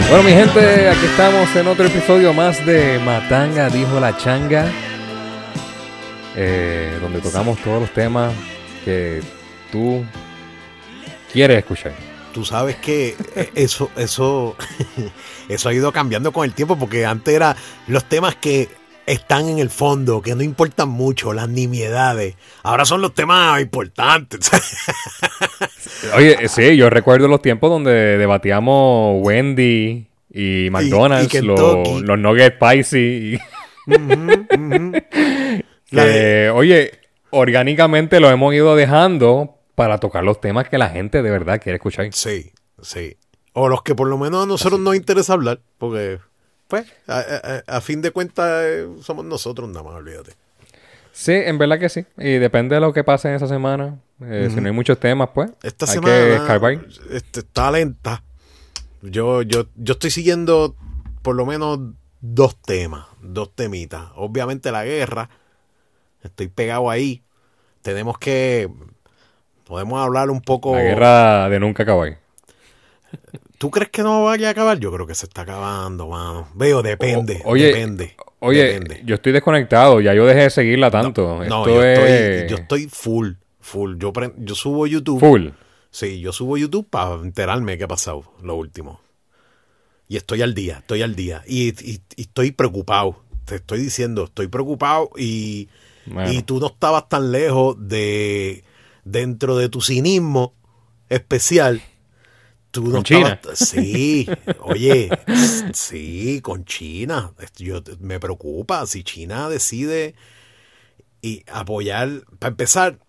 Bueno, mi gente, aquí estamos en otro episodio más de Matanga Dijo la Changa, donde tocamos todos los temas que tú quieres escuchar. Tú sabes que eso ha ido cambiando con el tiempo, porque antes eran los temas que están en el fondo, que no importan mucho, las nimiedades. Ahora son los temas importantes. Oye, sí, yo recuerdo los tiempos donde debatíamos Wendy y McDonald's, y los nuggets spicy. Oye, orgánicamente lo hemos ido dejando para tocar los temas que la gente de verdad quiere escuchar. Sí, sí. O los que por lo menos a nosotros nos interesa hablar, porque, pues, a fin de cuentas, somos nosotros nada más, olvídate. Sí, en verdad que sí. Y depende de lo que pase en esa semana. Si no hay muchos temas, pues, Esta hay semana que escarbar. Está lenta. Yo estoy siguiendo por lo menos dos temitas. Obviamente la guerra. Estoy pegado ahí. Podemos hablar un poco. La guerra de nunca acabar. ¿Tú crees que no vaya a acabar? Yo creo que se está acabando, mano. Depende. Oye, Depende. yo estoy desconectado. Ya yo dejé de seguirla tanto. Yo estoy full. Yo subo YouTube. Full. Sí, yo subo YouTube para enterarme de qué ha pasado, lo último. Y estoy al día. Y estoy preocupado. Te estoy diciendo, estoy preocupado y tú no estabas tan lejos dentro de tu cinismo especial. Tú no ¿Con China? Sí, oye, sí, con China. Me preocupa si China decide apoyar, para empezar,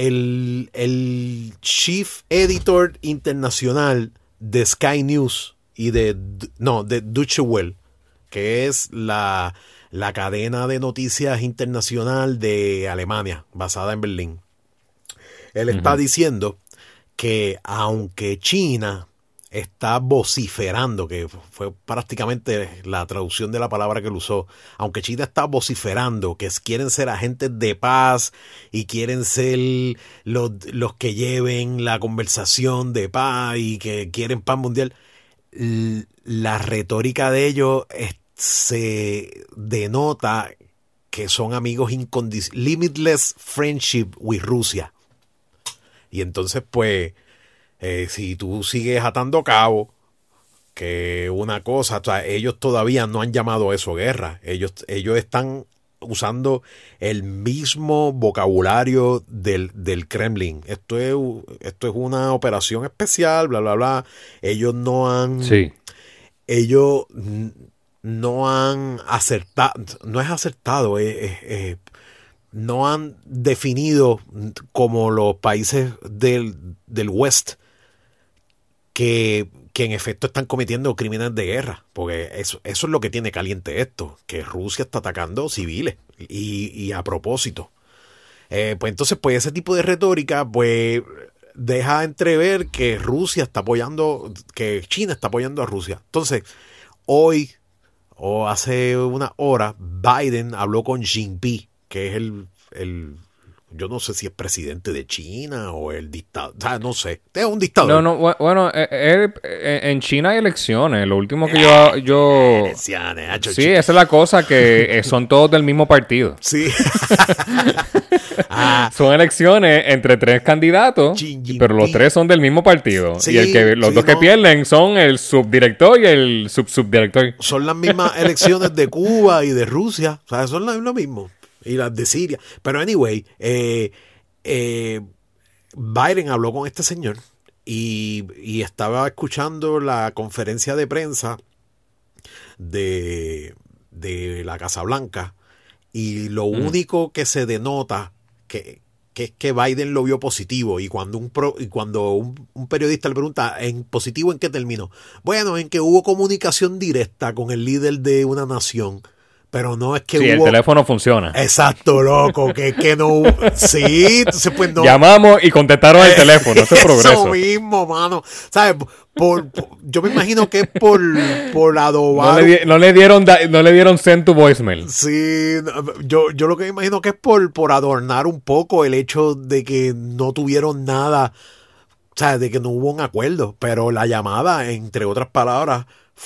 el chief editor internacional de Sky News y de Deutsche Welle, que es la cadena de noticias internacional de Alemania, basada en Berlín. Él está diciendo que aunque China está vociferando, que fue prácticamente la traducción de la palabra que él usó, aunque China está vociferando que quieren ser agentes de paz y quieren ser los que lleven la conversación de paz y que quieren paz mundial, la retórica de ellos se denota que son amigos incondicionales, limitless friendship with Rusia. Y entonces, pues, si tú sigues atando cabo, que una cosa, o sea, ellos todavía no han llamado eso guerra. Ellos están usando el mismo vocabulario del Kremlin. Esto es una operación especial, bla, bla, bla. Ellos no han... Sí. Ellos no han acertado, no es acertado, no han definido como los países del West que en efecto están cometiendo crímenes de guerra, porque eso es lo que tiene caliente esto, que Rusia está atacando civiles y a propósito. Pues entonces, pues ese tipo de retórica, pues deja entrever que Rusia está apoyando, que China está apoyando a Rusia. Entonces, hoy o hace una hora, Biden habló con Jinping, que es el yo no sé si es presidente de China o el dictador, o sea, no sé, es un dictador. Bueno, en China hay elecciones. Lo último que yo sí, esa es la cosa, que son todos del mismo partido. Sí. Son elecciones entre tres candidatos, pero los tres son del mismo partido. Sí, y los dos que pierden son el subdirector y el subdirector. Son las mismas elecciones de Cuba y de Rusia, o sea, son lo mismo. Y las de Siria. Pero anyway, Biden habló con este señor y estaba escuchando la conferencia de prensa de la Casa Blanca, y lo único que se denota que es que Biden lo vio positivo, y cuando un periodista le pregunta ¿en positivo en qué término? Bueno, en que hubo comunicación directa con el líder de una nación. Pero no es que sí, el teléfono funciona. Exacto, loco, que no hubo. Sí, entonces pues no. Llamamos y contestaron el teléfono, eso es progreso. Eso mismo, mano. ¿Sabes? Yo me imagino que es por adobar. No le dieron send to voicemail. Sí, yo lo que me imagino que es por adornar un poco el hecho de que no tuvieron nada, o sea, de que no hubo un acuerdo. Pero la llamada, entre otras palabras,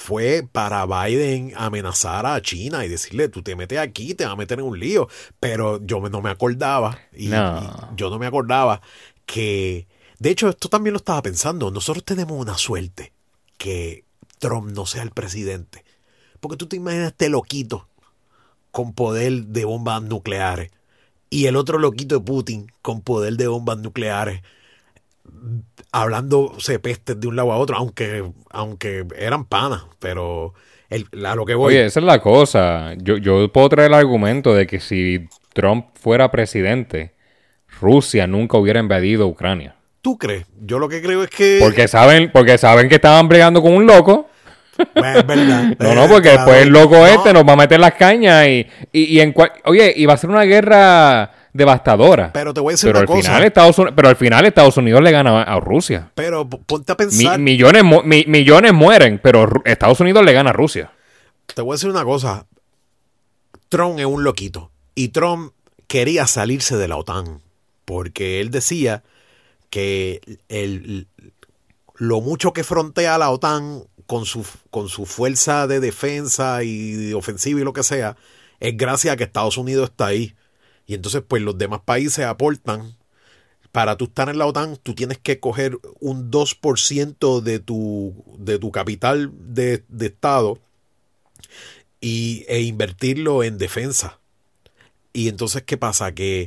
fue para Biden amenazar a China y decirle, tú te metes aquí, te vas a meter en un lío. Pero yo no me acordaba, y yo no me acordaba que, de hecho, esto también lo estaba pensando, nosotros tenemos una suerte que Trump no sea el presidente. Porque tú te imaginas este loquito con poder de bombas nucleares y el otro loquito de Putin con poder de bombas nucleares, hablándose pestes de un lado a otro, aunque eran panas, pero a lo que voy... Oye, esa es la cosa. Yo puedo traer el argumento de que si Trump fuera presidente, Rusia nunca hubiera invadido Ucrania. ¿Tú crees? Yo lo que creo es que... Porque saben que estaban bregando con un loco. Bueno, es verdad. No, porque después el loco nos va a meter las cañas oye, y va a ser una guerra devastadora. Pero te voy a decir una cosa. Pero al final Estados Unidos le gana a Rusia. Pero ponte a pensar... millones mueren, pero Estados Unidos le gana a Rusia. Te voy a decir una cosa. Trump es un loquito. Y Trump quería salirse de la OTAN. Porque él decía que lo mucho que frontea la OTAN con su fuerza de defensa y de ofensiva y lo que sea, es gracias a que Estados Unidos está ahí. Y entonces, pues, los demás países aportan. Para tú estar en la OTAN, tú tienes que coger un 2% de tu capital de Estado e invertirlo en defensa. Y entonces, ¿qué pasa? Que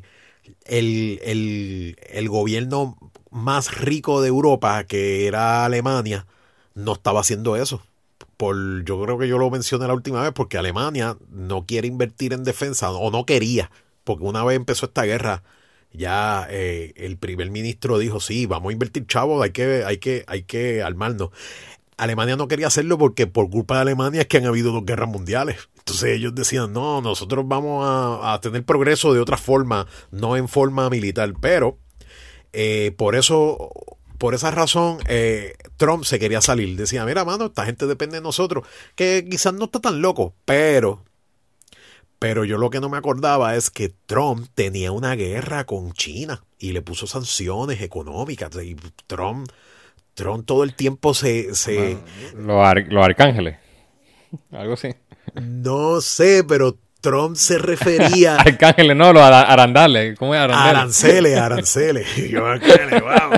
el gobierno más rico de Europa, que era Alemania, no estaba haciendo eso. Yo creo que yo lo mencioné la última vez, porque Alemania no quiere invertir en defensa, o no quería, porque una vez empezó esta guerra, ya el primer ministro dijo, sí, vamos a invertir, chavos, hay que armarnos. Alemania no quería hacerlo porque por culpa de Alemania es que han habido 2 guerras mundiales. Entonces ellos decían, no, nosotros vamos a tener progreso de otra forma, no en forma militar. Pero por esa razón, Trump se quería salir. Decía, mira, mano, esta gente depende de nosotros, que quizás no está tan loco, pero yo lo que no me acordaba es que Trump tenía una guerra con China y le puso sanciones económicas. Y Trump todo el tiempo Los arcángeles. Algo así. No sé, pero Trump se refería... Arcángeles, no, los arandales. ¿Cómo es arandeles? Aranceles. Yo, arcángeles, vamos.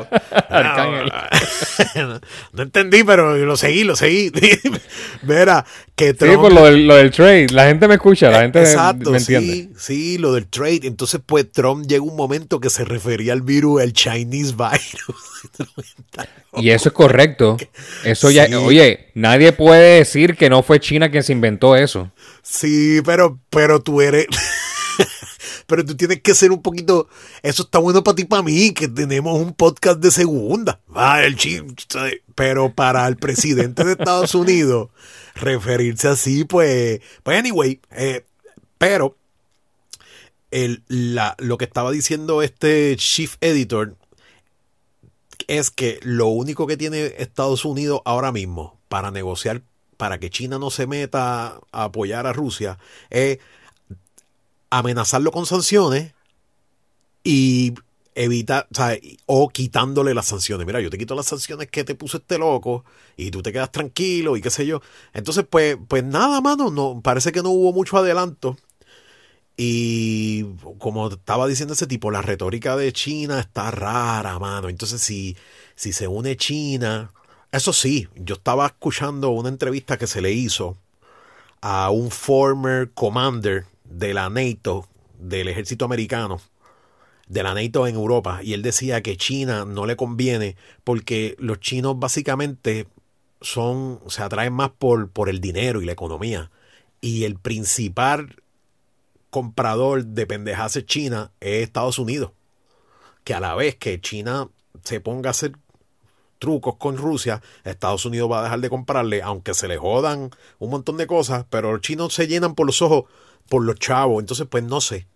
No entendí, pero lo seguí. Verá, que Trump... Sí, por lo del trade. La gente me escucha, la gente me entiende. Sí, lo del trade. Entonces, pues, Trump llegó un momento que se refería al virus, el Chinese virus. Y eso es correcto. Eso ya... Oye, nadie puede decir que no fue China quien se inventó eso. Sí, pero tú eres... Pero tú tienes que ser un poquito... Eso está bueno para ti y para mí, que tenemos un podcast de segunda. Pero para el presidente de Estados Unidos, referirse así, pues anyway. Pero lo que estaba diciendo este chief editor es que lo único que tiene Estados Unidos ahora mismo para negociar, para que China no se meta a apoyar a Rusia, es amenazarlo con sanciones y evitar, o quitándole las sanciones. Mira, yo te quito las sanciones que te puso este loco y tú te quedas tranquilo y qué sé yo. Entonces, pues nada, mano, no, parece que no hubo mucho adelanto. Y como estaba diciendo ese tipo, la retórica de China está rara, mano. Entonces, si se une China... Eso sí, yo estaba escuchando una entrevista que se le hizo a un former commander de la NATO, del ejército americano, de la NATO en Europa, y él decía que China no le conviene porque los chinos básicamente se atraen más por el dinero y la economía, y el principal comprador de pendejadas de China es Estados Unidos, que a la vez que China se ponga a hacer trucos con Rusia, Estados Unidos va a dejar de comprarle, aunque se le jodan un montón de cosas, pero los chinos se llenan por los ojos por los chavos. Entonces, pues no sé,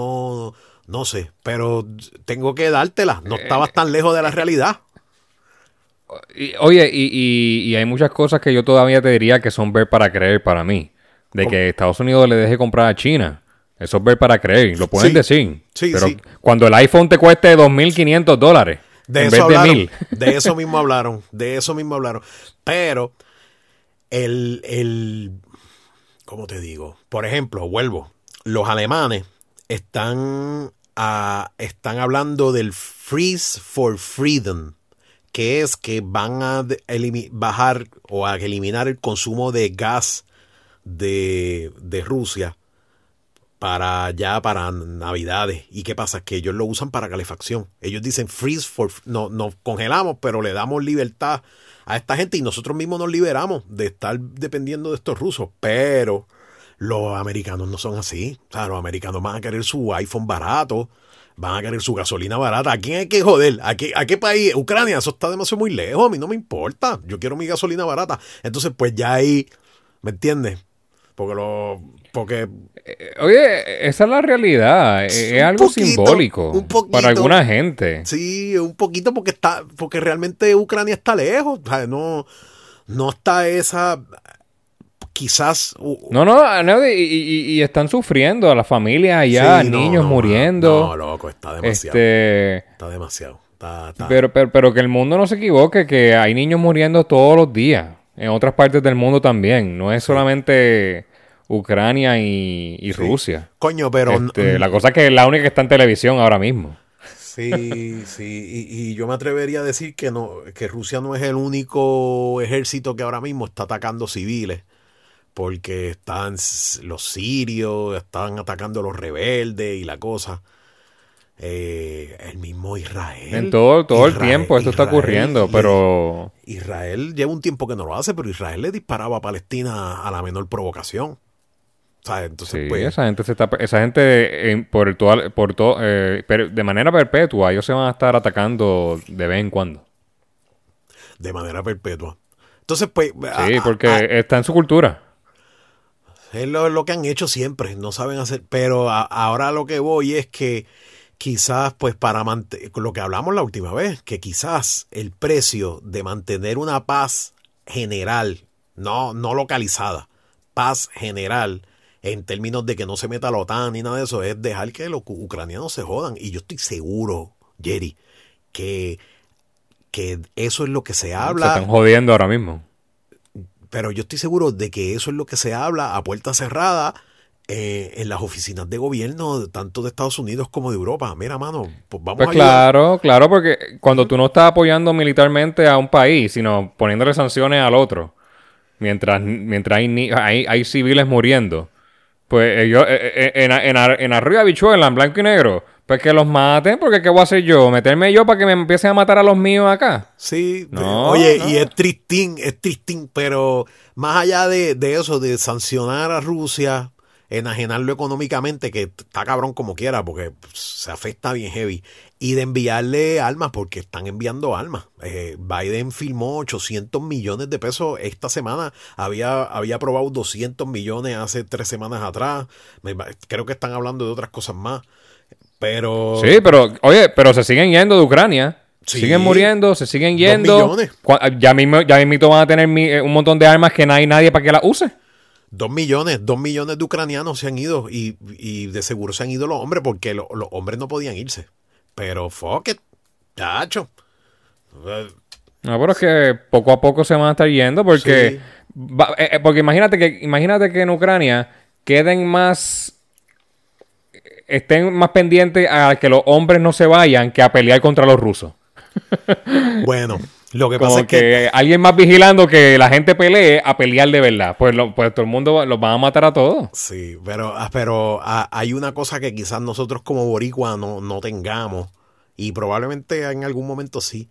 pero tengo que dártela, no estabas tan lejos de la realidad. Oye, y hay muchas cosas que yo todavía te diría que son ver para creer para mí, de que Estados Unidos le deje comprar a China. Eso es ver para creer, lo pueden decir, pero cuando el iPhone te cueste $2,500 De eso mismo hablaron. Pero ¿Cómo te digo? Por ejemplo, vuelvo. Los alemanes están hablando del Freeze for Freedom, que es que van a bajar o a eliminar el consumo de gas de Rusia para Navidades. ¿Y qué pasa? Que ellos lo usan para calefacción. Ellos dicen freeze for... No, nos congelamos, pero le damos libertad a esta gente y nosotros mismos nos liberamos de estar dependiendo de estos rusos. Pero los americanos no son así. O sea, los americanos van a querer su iPhone barato, van a querer su gasolina barata. ¿A quién hay que joder? ¿A qué país? Ucrania, eso está demasiado muy lejos. A mí no me importa. Yo quiero mi gasolina barata. Entonces, pues ya ahí, ¿me entiendes? Porque oye, esa es la realidad. Es algo simbólico para alguna gente. Sí, un poquito porque realmente Ucrania está lejos. O sea, no está esa... Quizás... No, y están sufriendo a las familias allá, sí, niños muriendo. No, loco, está demasiado. Está demasiado. Pero que el mundo no se equivoque, que hay niños muriendo todos los días. En otras partes del mundo también. No es solamente Ucrania y Rusia. Coño, pero... la cosa es que es la única que está en televisión ahora mismo. Sí. Y yo me atrevería a decir que Rusia no es el único ejército que ahora mismo está atacando civiles. Porque están los sirios, están atacando a los rebeldes y la cosa. El mismo Israel. En todo el tiempo esto está ocurriendo, pero... Israel lleva un tiempo que no lo hace, pero Israel le disparaba a Palestina a la menor provocación. O sea, entonces, sí, pues, esa gente de manera perpetua, ellos se van a estar atacando de vez en cuando. De manera perpetua. Entonces, pues... Sí, porque está en su cultura. Es lo que han hecho siempre, no saben hacer. Pero ahora lo que voy es que quizás, pues para mantener, lo que hablamos la última vez, que quizás el precio de mantener una paz general, no localizada, paz general, en términos de que no se meta la OTAN ni nada de eso, es dejar que los ucranianos se jodan. Y yo estoy seguro, Jerry, que eso es lo que se habla. Se están jodiendo ahora mismo. Pero yo estoy seguro de que eso es lo que se habla a puerta cerrada en las oficinas de gobierno, tanto de Estados Unidos como de Europa. Mira, mano, pues vamos a ayudar. Claro, porque cuando tú no estás apoyando militarmente a un país, sino poniéndole sanciones al otro, mientras hay civiles muriendo, pues ellos en arriba habichuela, en blanco y negro, pues que los maten, porque ¿qué voy a hacer yo? ¿Meterme yo para que me empiecen a matar a los míos acá? Sí, oye, y es tristín, pero más allá de eso, de sancionar a Rusia, enajenarlo económicamente, que está cabrón como quiera, porque se afecta bien heavy, y de enviarle armas, porque están enviando armas. Biden firmó 800 millones de pesos esta semana, había aprobado 200 millones hace 3 semanas atrás, creo que están hablando de otras cosas más. Pero... Sí, pero se siguen yendo de Ucrania. Sí. Siguen muriendo, se siguen yendo. 2 millones. Ya mismo van a tener un montón de armas que no hay nadie para que las use. 2 millones de ucranianos se han ido y de seguro se han ido los hombres porque los hombres no podían irse. Pero fuck it, chacho. No, pero es que poco a poco se van a estar yendo porque... Sí. Porque imagínate que en Ucrania estén más pendientes a que los hombres no se vayan que a pelear contra los rusos. Bueno, lo que pasa es que alguien más vigilando que la gente pelee a pelear de verdad. Pues todo el mundo los van a matar a todos. Sí, pero hay una cosa que quizás nosotros como boricua no tengamos, y probablemente en algún momento sí,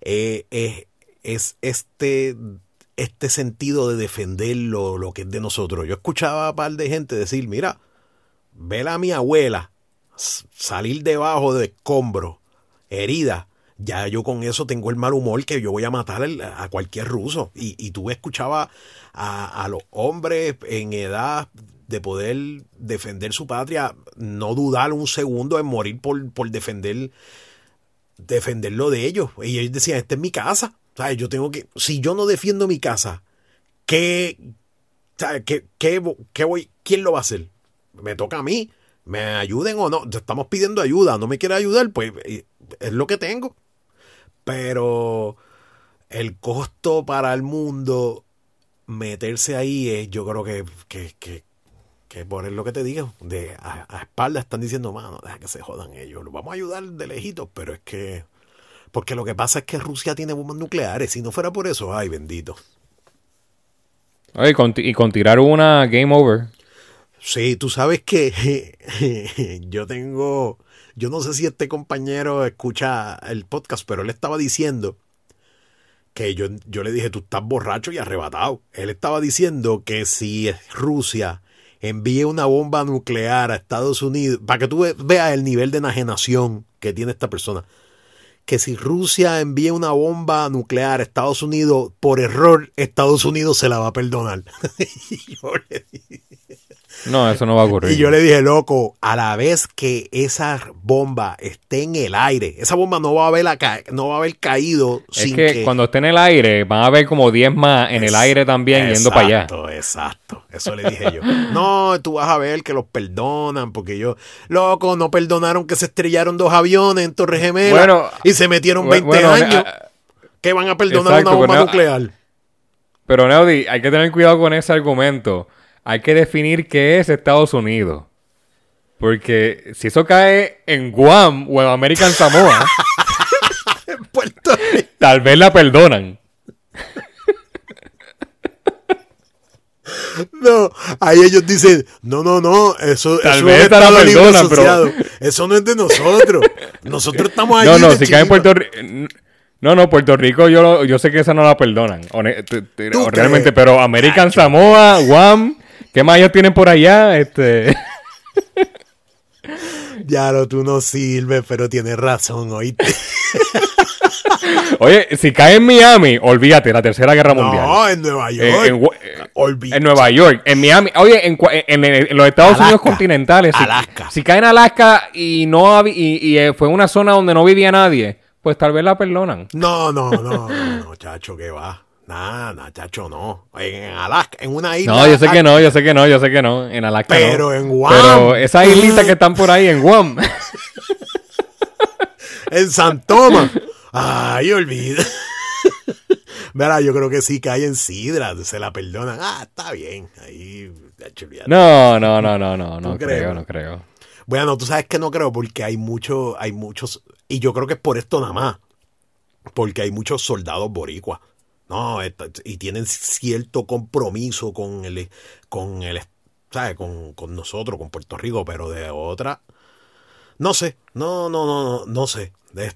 es este sentido de defender lo que es de nosotros. Yo escuchaba a un par de gente decir, mira, ver a mi abuela salir debajo de escombros, herida, ya yo con eso tengo el mal humor que yo voy a matar a cualquier ruso. Y tú escuchabas a los hombres en edad de poder defender su patria, no dudar un segundo en morir por defenderlo de ellos. Y ellos decían, esta es mi casa. O sea, yo tengo que, si yo no defiendo mi casa, ¿quién lo va a hacer? Me toca a mí, me ayuden o no, estamos pidiendo ayuda, no me quiere ayudar, pues es lo que tengo. Pero el costo para el mundo meterse ahí es, yo creo que por lo que te digo, a espaldas están diciendo, mano, deja que se jodan ellos, los vamos a ayudar de lejitos, pero es que, porque lo que pasa es que Rusia tiene bombas nucleares, si no fuera por eso, ay, bendito. Oye, y con tirar una, game over. Sí, tú sabes que yo no sé si este compañero escucha el podcast, pero él estaba diciendo que yo le dije, tú estás borracho y arrebatado. Él estaba diciendo que si Rusia envíe una bomba nuclear a Estados Unidos, para que tú veas el nivel de enajenación que tiene esta persona, que si Rusia envía una bomba nuclear a Estados Unidos, por error, Estados Unidos se la va a perdonar. Y yo le dije, no, eso no va a ocurrir. Y yo le dije, loco, a la vez que esa bomba esté en el aire, esa bomba no va a haber caído sin que... Es que cuando esté en el aire, van a haber como 10 más en el aire también yendo para allá. Exacto. Eso le dije yo. No, tú vas a ver que los perdonan, porque loco, no perdonaron que se estrellaron 2 aviones en Torre Gemela y se metieron 20 años. ¿Qué van a perdonar una bomba nuclear? Pero, Neody, hay que tener cuidado con ese argumento. Hay que definir qué es Estados Unidos. Porque si eso cae en Guam o en American Samoa, en Puerto Rico, tal vez la perdonan. No, ahí ellos dicen, no, eso tal es vez Estado la Libre perdonan, Asociado. Eso no es de nosotros. Nosotros estamos ahí. No, si cae en Puerto Rico... No, Puerto Rico yo sé que esa no la perdonan. Realmente, pero American Samoa, Guam... ¿Qué más ellos tienen por allá? Ya, tú no sirves, pero tienes razón, ¿oíste? Oye, si cae en Miami, olvídate, la Tercera Guerra Mundial. No, en Nueva York. En Nueva York, en Miami. Oye, en los Estados Unidos continentales. Alaska. Si cae en Alaska y fue una zona donde no vivía nadie, pues tal vez la perdonan. No, chacho, ¿qué va? Nada, chacho, no. En Alaska, en una isla. No, yo sé que no. En Alaska pero no. En Guam. Pero esas islitas que están por ahí en Guam. En San Tomás. Ay, olvida. Mira, yo creo que sí cae en Sidra. Se la perdonan. Está bien. Ahí. No creo. Bueno, tú sabes que no creo porque hay muchos. Y yo creo que es por esto nada más. Porque hay muchos soldados boricuas. No, y tienen cierto compromiso con ¿sabes? Con nosotros, con Puerto Rico, pero de otra, no sé, no sé.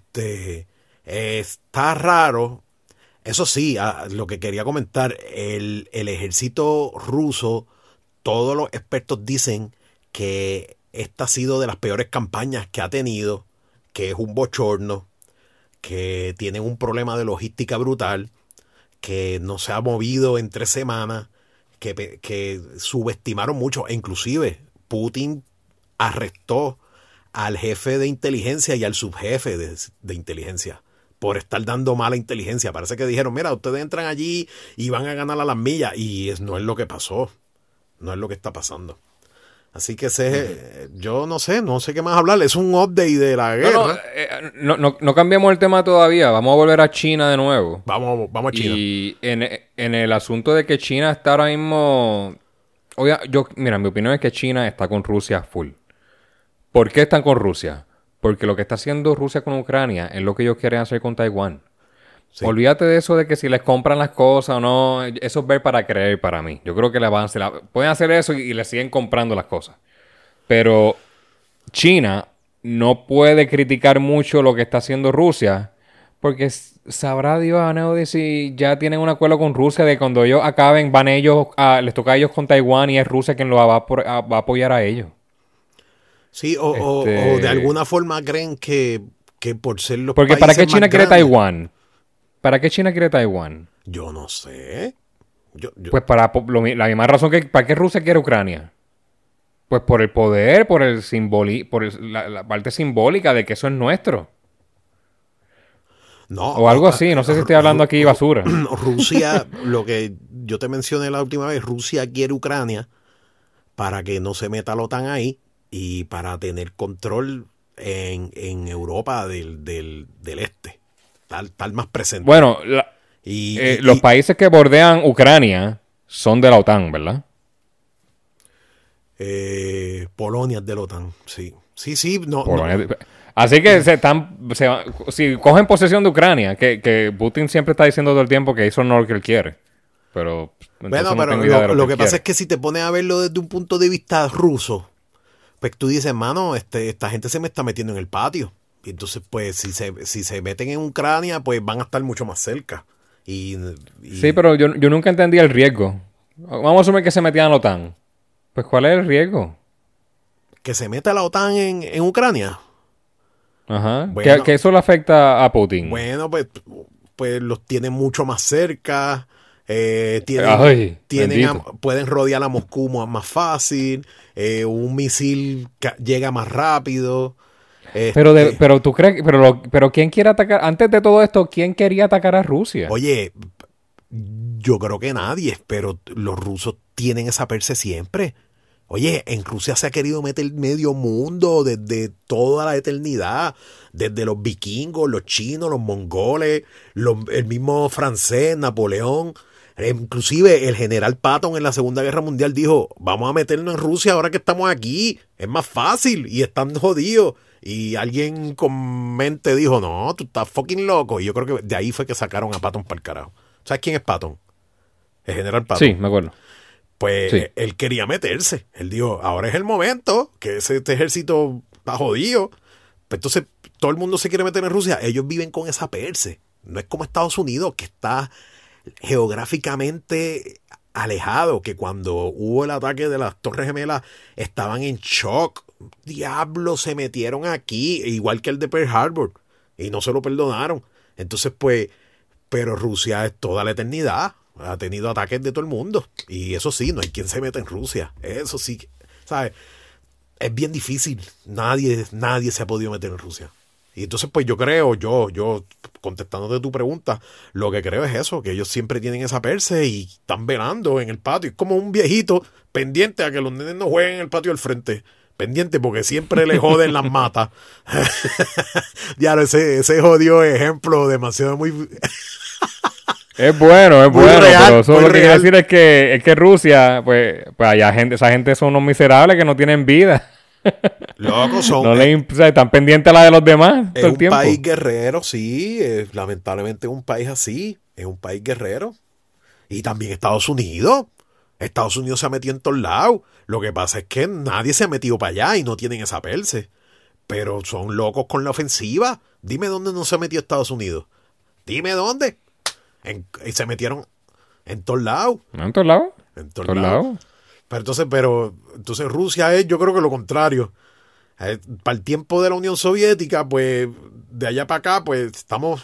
Está raro. Eso sí, lo que quería comentar, el ejército ruso, todos los expertos dicen que esta ha sido de las peores campañas que ha tenido, que es un bochorno, que tienen un problema de logística brutal, que no se ha movido en 3 semanas, que subestimaron mucho. E inclusive Putin arrestó al jefe de inteligencia y al subjefe de inteligencia por estar dando mala inteligencia. Parece que dijeron, mira, ustedes entran allí y van a ganar a las millas. Y no es lo que pasó. No es lo que está pasando. Así que yo no sé qué más hablar. Es un update de la guerra. No cambiamos el tema todavía. Vamos a volver a China de nuevo. Vamos a China. Y en el asunto de que China está ahora mismo... Mira, mi opinión es que China está con Rusia full. ¿Por qué están con Rusia? Porque lo que está haciendo Rusia con Ucrania es lo que ellos quieren hacer con Taiwán. Sí. Olvídate de eso de que si les compran las cosas o no. Eso es ver para creer para mí. Yo creo que pueden hacer eso y le siguen comprando las cosas. Pero China no puede criticar mucho lo que está haciendo Rusia porque sabrá Dios, Neody, si ya tienen un acuerdo con Rusia de cuando ellos acaben, les toca a ellos con Taiwán y es Rusia quien va a apoyar a ellos. Sí, o de alguna forma creen que por ser los porque países ¿para qué China más quiere grandes? Taiwán? ¿Para qué China quiere Taiwán? Yo no sé. Pues para la misma razón que ¿para qué Rusia quiere Ucrania? Pues por el poder, por la parte simbólica de que eso es nuestro. No. O algo así, no sé si estoy hablando aquí basura. Rusia, lo que yo te mencioné la última vez, Rusia quiere Ucrania para que no se meta la OTAN ahí y para tener control en Europa del este. Tal más presente. Bueno, los países que bordean Ucrania son de la OTAN, ¿verdad? Polonia es de la OTAN, sí. Sí, no. Así que si cogen posesión de Ucrania, que Putin siempre está diciendo todo el tiempo que eso no es lo que él quiere. Pero bueno, pero lo que pasa es que si te pones a verlo desde un punto de vista ruso, pues tú dices, mano, esta gente se me está metiendo en el patio. Y entonces, pues, si se meten en Ucrania, pues van a estar mucho más cerca. Sí, pero yo nunca entendí el riesgo. Vamos a asumir que se metían a la OTAN. Pues, ¿cuál es el riesgo? Que se meta la OTAN en Ucrania. Ajá. Bueno, que eso le afecta a Putin. Bueno, pues los tienen mucho más cerca. Pueden rodear a Moscú más fácil. Un misil llega más rápido. Pero tú crees, pero ¿quién quiere atacar? Antes de todo esto, ¿quién quería atacar a Rusia? Oye, yo creo que nadie, pero los rusos tienen esa perse siempre. Oye, en Rusia se ha querido meter medio mundo desde toda la eternidad, desde los vikingos, los chinos, los mongoles, el mismo francés, Napoleón. Inclusive el general Patton en la Segunda Guerra Mundial dijo, vamos a meternos en Rusia ahora que estamos aquí, es más fácil y están jodidos. Y alguien con mente dijo, no, tú estás fucking loco. Y yo creo que de ahí fue que sacaron a Patton para el carajo. ¿Sabes quién es Patton? El general Patton. Sí, me acuerdo. Pues sí. Él quería meterse. Él dijo, ahora es el momento, que este ejército está jodido. Pues entonces todo el mundo se quiere meter en Rusia. Ellos viven con esa perse. No es como Estados Unidos, que está geográficamente alejado, que cuando hubo el ataque de las Torres Gemelas estaban en shock. Diablos, se metieron aquí, igual que el de Pearl Harbor, y no se lo perdonaron. Entonces, pues, pero Rusia es toda la eternidad. Ha tenido ataques de todo el mundo. Y eso sí, no hay quien se meta en Rusia. Eso sí, ¿sabes? Es bien difícil. Nadie se ha podido meter en Rusia. Y entonces, pues yo creo, yo contestándote tu pregunta, lo que creo es eso, que ellos siempre tienen esa perse y están velando en el patio. Es como un viejito pendiente a que los nenes no jueguen en el patio del frente. Pendiente porque siempre le joden las matas. Ya, ese jodido ejemplo demasiado muy... Es bueno, real, pero eso lo que quiero decir es que Rusia, pues allá esa gente son unos miserables que no tienen vida. Locos son. Están pendientes a la de los demás todo el tiempo. Es un país guerrero, sí. Lamentablemente es un país así. Es un país guerrero. Y también Estados Unidos. Estados Unidos se ha metido en todos lados. Lo que pasa es que nadie se ha metido para allá y no tienen esa perse. Pero son locos con la ofensiva. Dime dónde no se ha metido Estados Unidos. Dime dónde. Y se metieron en todos lados. ¿En todos lados? En todos lados. Pero entonces Rusia es, yo creo que lo contrario. Para el tiempo de la Unión Soviética, pues de allá para acá, pues estamos...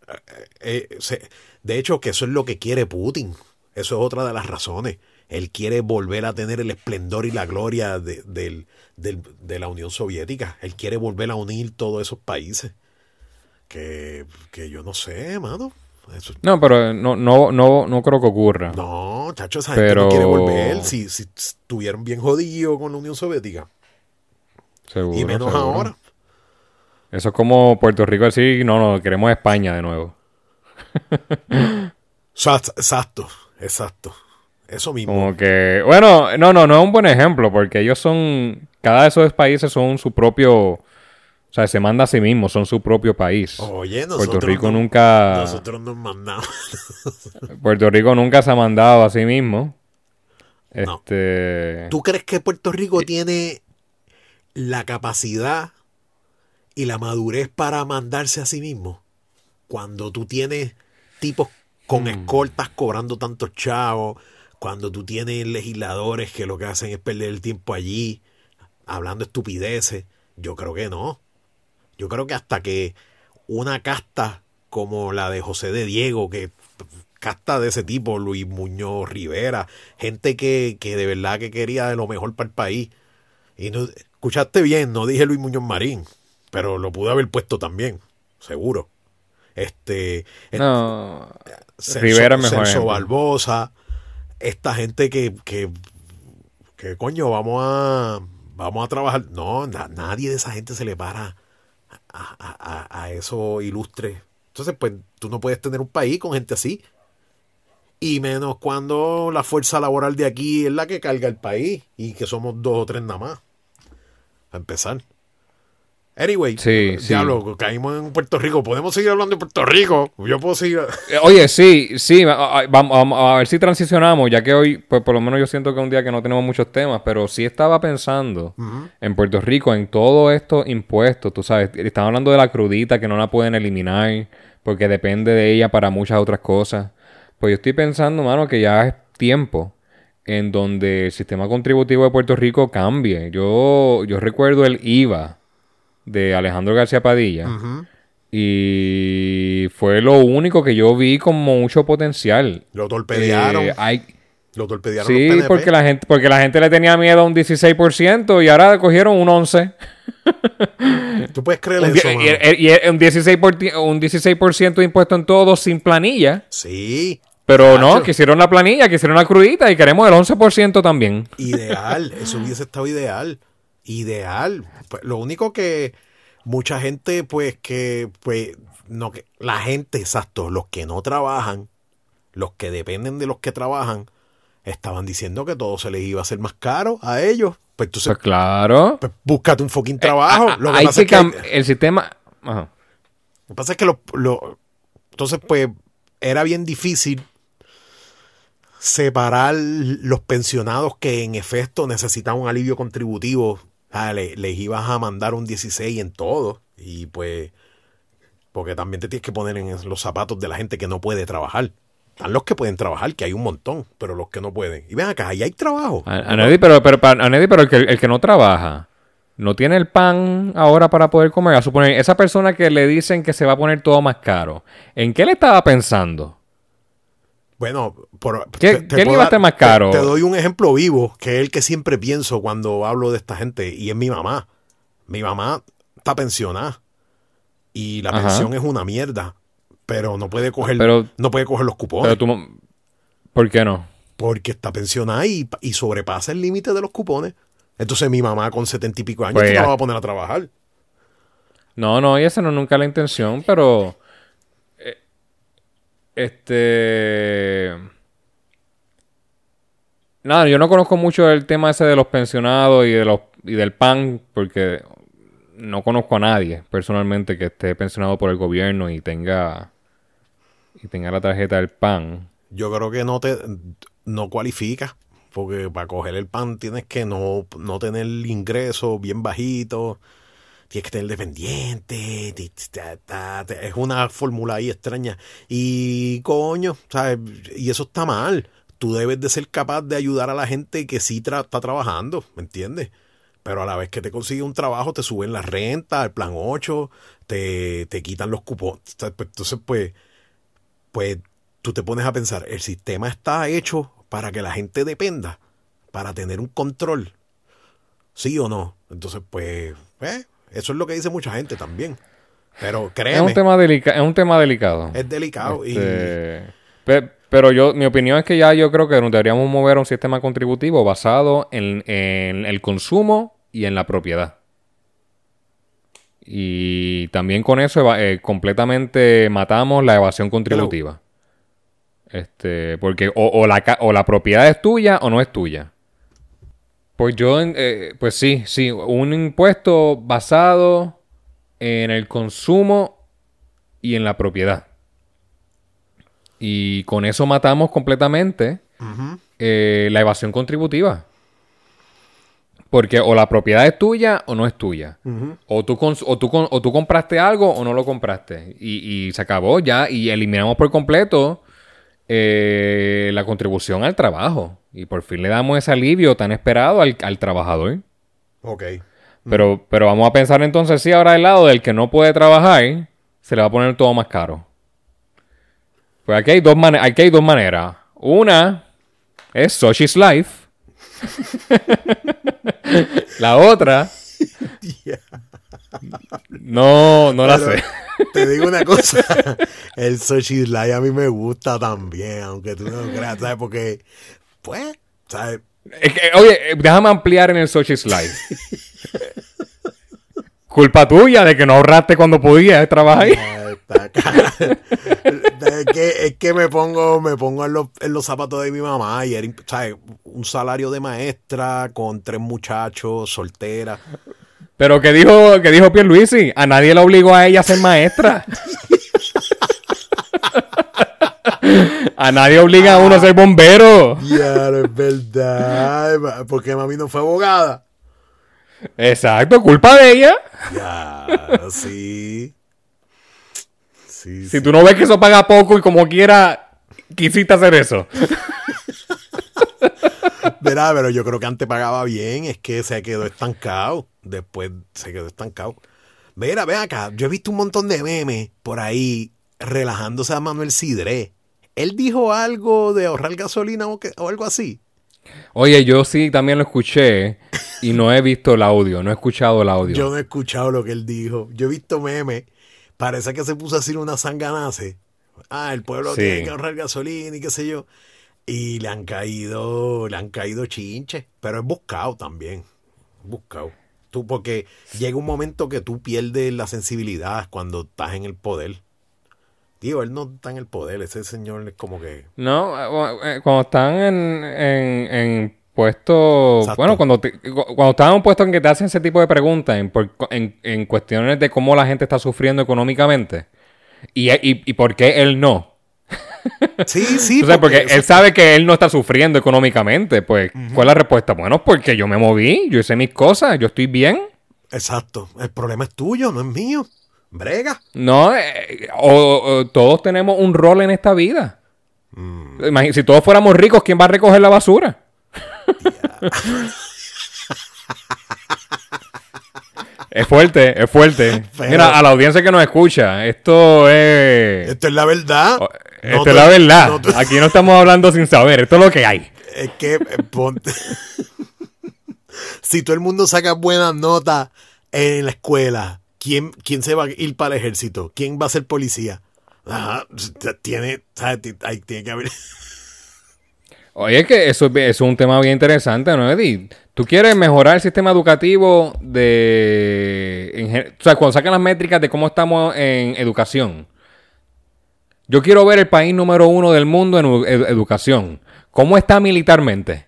de hecho, que eso es lo que quiere Putin. Eso es otra de las razones. Él quiere volver a tener el esplendor y la gloria de la Unión Soviética. Él quiere volver a unir todos esos países. Que yo no sé, mano. Eso. No, pero no creo que ocurra. No, chacho, esa gente no quiere volver. Si estuvieron bien jodidos con la Unión Soviética. Seguro, y menos ahora. Eso es como Puerto Rico decir, no, queremos España de nuevo. Exacto. Eso mismo. Como que, bueno, no es un buen ejemplo, porque ellos cada de esos países son su propio... O sea, se manda a sí mismo, son su propio país. Oye, Puerto Rico nunca... Nosotros nos mandamos. Puerto Rico nunca se ha mandado a sí mismo. No. ¿Tú crees que Puerto Rico tiene la capacidad y la madurez para mandarse a sí mismo? Cuando tú tienes tipos con escoltas cobrando tantos chavos, cuando tú tienes legisladores que lo que hacen es perder el tiempo allí, hablando estupideces, yo creo que no. Yo creo que hasta que una casta como la de José de Diego, que casta de ese tipo, Luis Muñoz Rivera, gente que de verdad que quería de lo mejor para el país. Y no, escuchaste bien, no dije Luis Muñoz Marín, pero lo pude haber puesto también, seguro. No, Rivera mejor. Celso Barbosa, esta gente que coño, vamos a trabajar. No, nadie de esa gente se le para a eso ilustre. Entonces, pues, tú no puedes tener un país con gente así. Y menos cuando la fuerza laboral de aquí es la que carga el país y que somos 2 o 3 nada más. A empezar. Anyway, diablo, caímos en Puerto Rico. ¿Podemos seguir hablando de Puerto Rico? Yo puedo seguir... Oye, sí. Vamos a ver si transicionamos, ya que hoy, pues por lo menos yo siento que es un día que no tenemos muchos temas, pero sí estaba pensando en Puerto Rico, en todos estos impuestos, tú sabes. Estamos hablando de la crudita que no la pueden eliminar porque depende de ella para muchas otras cosas. Pues yo estoy pensando, mano, que ya es tiempo en donde el sistema contributivo de Puerto Rico cambie. Yo recuerdo el IVA de Alejandro García Padilla. Y fue lo único que yo vi con mucho potencial. Lo torpedearon. Lo torpedearon sí, los PNP. porque la gente le tenía miedo a un 16% y ahora cogieron un 11%. ¿Tú puedes creer eso, mano? Y un 16% de impuesto en todo sin planilla. Sí. Pero no, quisieron la planilla, quisieron la crudita y queremos el 11% también. Ideal, eso hubiese estado ideal. Ideal. Pues, lo único que mucha gente, la gente, exacto, los que no trabajan, los que dependen de los que trabajan, estaban diciendo que todo se les iba a hacer más caro a ellos. Pues entonces, pues claro. Pues búscate un fucking trabajo. Lo que hay pasa que es que el sistema... Ajá. Lo que pasa es que entonces, pues, era bien difícil separar los pensionados que en efecto necesitaban un alivio contributivo. Les ibas a mandar un 16 en todo. Y pues, porque también te tienes que poner en los zapatos de la gente que no puede trabajar. Están los que pueden trabajar, que hay un montón, pero los que no pueden. Y ven acá, ahí hay trabajo. Pero el que no trabaja, no tiene el pan ahora para poder comer. A suponer, esa persona que le dicen que se va a poner todo más caro, ¿en qué le estaba pensando? Bueno, ¿Qué le iba a estar más caro? Te doy un ejemplo vivo, que es el que siempre pienso cuando hablo de esta gente, y es mi mamá. Mi mamá está pensionada y la pensión es una mierda, pero no puede coger los cupones. ¿Por qué no? Porque está pensionada y sobrepasa el límite de los cupones. Entonces mi mamá con 70 y pico años pues no la va a poner a trabajar. No, y esa no es nunca la intención, pero... Nada, yo no conozco mucho el tema ese de los pensionados y del PAN, porque no conozco a nadie personalmente que esté pensionado por el gobierno y tenga la tarjeta del PAN. Yo creo que no cualifica, porque para coger el PAN tienes que no tener ingresos bien bajitos. Tienes que tener dependiente. Es una fórmula ahí extraña. Y coño, ¿sabes? Y eso está mal. Tú debes de ser capaz de ayudar a la gente que sí está trabajando, ¿me entiendes? Pero a la vez que te consigues un trabajo, te suben la renta, el plan 8, te quitan los cupones. Entonces, pues, tú te pones a pensar, el sistema está hecho para que la gente dependa, para tener un control. ¿Sí o no? Entonces, pues, eso es lo que dice mucha gente también. Pero créeme. Es un tema delicado. Es delicado. Pero mi opinión es que ya yo creo que nos deberíamos mover a un sistema contributivo basado en el consumo y en la propiedad. Y también con eso completamente matamos la evasión contributiva. Porque o la propiedad es tuya o no es tuya. Pues pues sí, un impuesto basado en el consumo y en la propiedad. Y con eso matamos completamente la evasión contributiva. Porque o la propiedad es tuya o no es tuya. O tú compraste algo o no lo compraste. Y se acabó ya. Y eliminamos por completo la contribución al trabajo. Y por fin le damos ese alivio tan esperado al trabajador. Ok. Pero vamos a pensar entonces, sí, ahora del lado del que no puede trabajar, se le va a poner todo más caro. Pues aquí hay dos maneras. Una es Xochitl's Life. La otra... No la sé. Te digo una cosa. El Xochitl's Life a mí me gusta también, aunque tú no creas, ¿sabes? Porque, pues, ¿sabes? Oye, déjame ampliar en el Xochitl's Life. Culpa tuya de que no ahorraste cuando podías trabajar ahí. Es que me pongo en los zapatos de mi mamá y era, ¿sabes? Un salario de maestra con 3 muchachos, soltera. Pero ¿qué dijo Pierluisi? A nadie le obligó a ella a ser maestra. A nadie obliga a uno a ser bombero. Ya, no es verdad. Porque mami no fue abogada. Exacto, culpa de ella. Ya, sí. Si tú no ves que eso paga poco y como quiera quisiste hacer eso. Verá, pero yo creo que antes pagaba bien. Es que se quedó estancado. Después se quedó estancado. Mira, ven acá. Yo he visto un montón de memes por ahí relajándose a Manuel Sidré. ¿Él dijo algo de ahorrar gasolina o algo así? Oye, yo sí también lo escuché y no he visto el audio, no he escuchado el audio. Yo no he escuchado lo que él dijo. Yo he visto memes. Parece que se puso a decir una sanganase. El pueblo tiene que ahorrar gasolina y qué sé yo. Y le han caído chinches. Pero es buscado también. Buscado. Porque llega un momento que tú pierdes la sensibilidad cuando estás en el poder. Tío, él no está en el poder. Ese señor es como que... No, cuando están en puestos... Exacto. Bueno, cuando están en un puesto en que te hacen ese tipo de preguntas en cuestiones de cómo la gente está sufriendo económicamente. Y por qué él no. Sí. O sea, porque él sabe que él no está sufriendo económicamente. Pues, ¿cuál es la respuesta? Bueno, porque yo me moví, yo hice mis cosas, yo estoy bien. Exacto. El problema es tuyo, no es mío. Brega. No, todos tenemos un rol en esta vida. Si todos fuéramos ricos, ¿quién va a recoger la basura? Yeah. Es fuerte. Pero, mira, a la audiencia que nos escucha, esto es la verdad. Esto es la verdad. Aquí no estamos hablando sin saber, esto es lo que hay. Es que, ponte... Si todo el mundo saca buenas notas en la escuela, ¿quién se va a ir para el ejército? ¿Quién va a ser policía? Tiene que haber... Oye, es que eso es un tema bien interesante, ¿no, Eddie? ¿Tú quieres mejorar el sistema educativo o sea, cuando sacan las métricas de cómo estamos en educación? Yo quiero ver el país número 1 del mundo en educación. ¿Cómo está militarmente?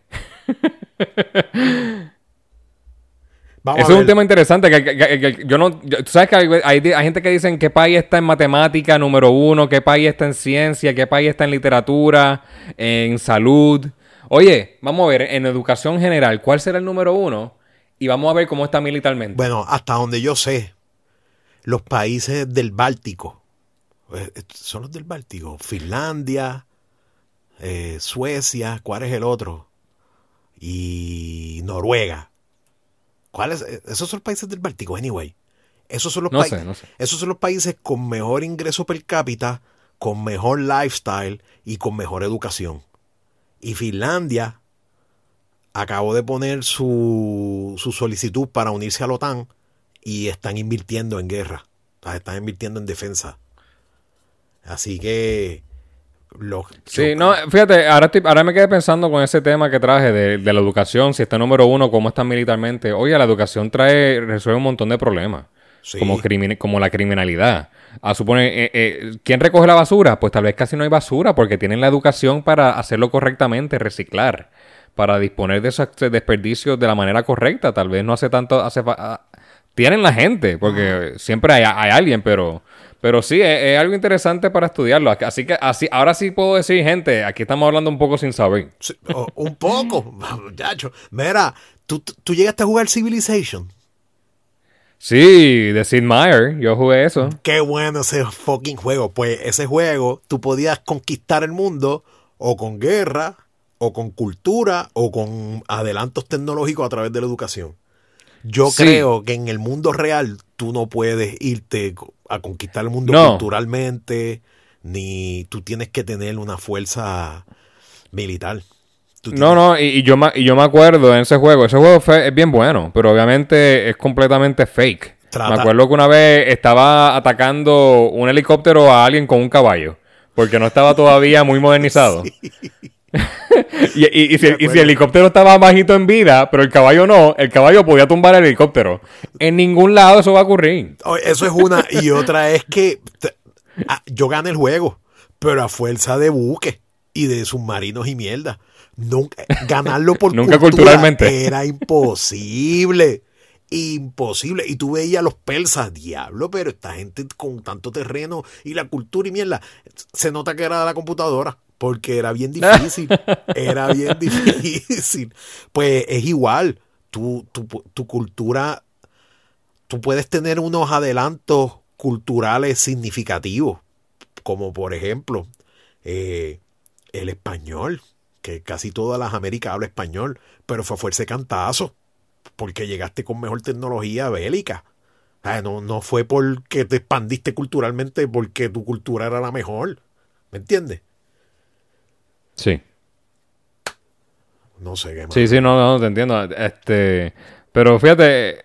Eso es un tema interesante que yo no... Tú sabes que hay gente que dicen qué país está en matemática número 1, qué país está en ciencia, qué país está en literatura, en salud. Oye, vamos a ver, en educación general, ¿cuál será el número 1? Y vamos a ver cómo está militarmente. Bueno, hasta donde yo sé, los países del Báltico, son los del Báltico, Finlandia, Suecia, ¿cuál es el otro? Y Noruega. ¿Cuáles? Esos son los países del Báltico, anyway. Esos son los Esos son los países con mejor ingreso per cápita, con mejor lifestyle y con mejor educación. Y Finlandia acabó de poner su solicitud para unirse a la OTAN y están invirtiendo en guerra. O sea, están invirtiendo en defensa. Así que... Sí, no, fíjate, ahora me quedé pensando con ese tema que traje de la educación, si está número 1, cómo está militarmente. Oye, la educación resuelve un montón de problemas, sí. como la criminalidad. ¿Quién recoge la basura? Pues tal vez casi no hay basura porque tienen la educación para hacerlo correctamente, reciclar, para disponer de esos desperdicios de la manera correcta. Tal vez no hace tanto... tienen la gente, porque siempre hay alguien, pero sí, es algo interesante para estudiarlo. Así que ahora sí puedo decir, gente, aquí estamos hablando un poco sin saber. Sí, un poco, muchacho. Mira, ¿tú llegaste a jugar Civilization? Sí, de Sid Meier, yo jugué eso. Qué bueno ese fucking juego. Pues ese juego, tú podías conquistar el mundo o con guerra, o con cultura, o con adelantos tecnológicos a través de la educación. Yo creo que en el mundo real tú no puedes irte a conquistar el mundo culturalmente, ni tú tienes que tener una fuerza militar. Y yo me acuerdo en ese juego. Ese juego es bien bueno, pero obviamente es completamente fake. Me acuerdo que una vez estaba atacando un helicóptero a alguien con un caballo, porque no estaba todavía muy modernizado. Sí. y si el helicóptero estaba bajito en vida, pero el caballo no, el caballo podía tumbar el helicóptero. En ningún lado eso va a ocurrir. Eso es una. Y otra es que Yo gané el juego, pero a fuerza de buques y de submarinos y mierda. Nunca, ganarlo por Nunca culturalmente. era imposible. Imposible. Y tú veías a los persas, diablo, pero esta gente con tanto terreno y la cultura y mierda, se nota que era de la computadora, porque era bien difícil. Era bien difícil. Pues es igual. Tu cultura, tú puedes tener unos adelantos culturales significativos, como por ejemplo el español, que casi todas las Américas habla español, pero fue a fuerza de cantazo, porque llegaste con mejor tecnología bélica. No fue porque te expandiste culturalmente, porque tu cultura era la mejor. ¿Me entiendes? Sí. No sé qué más. Sí, no, te entiendo. Pero fíjate,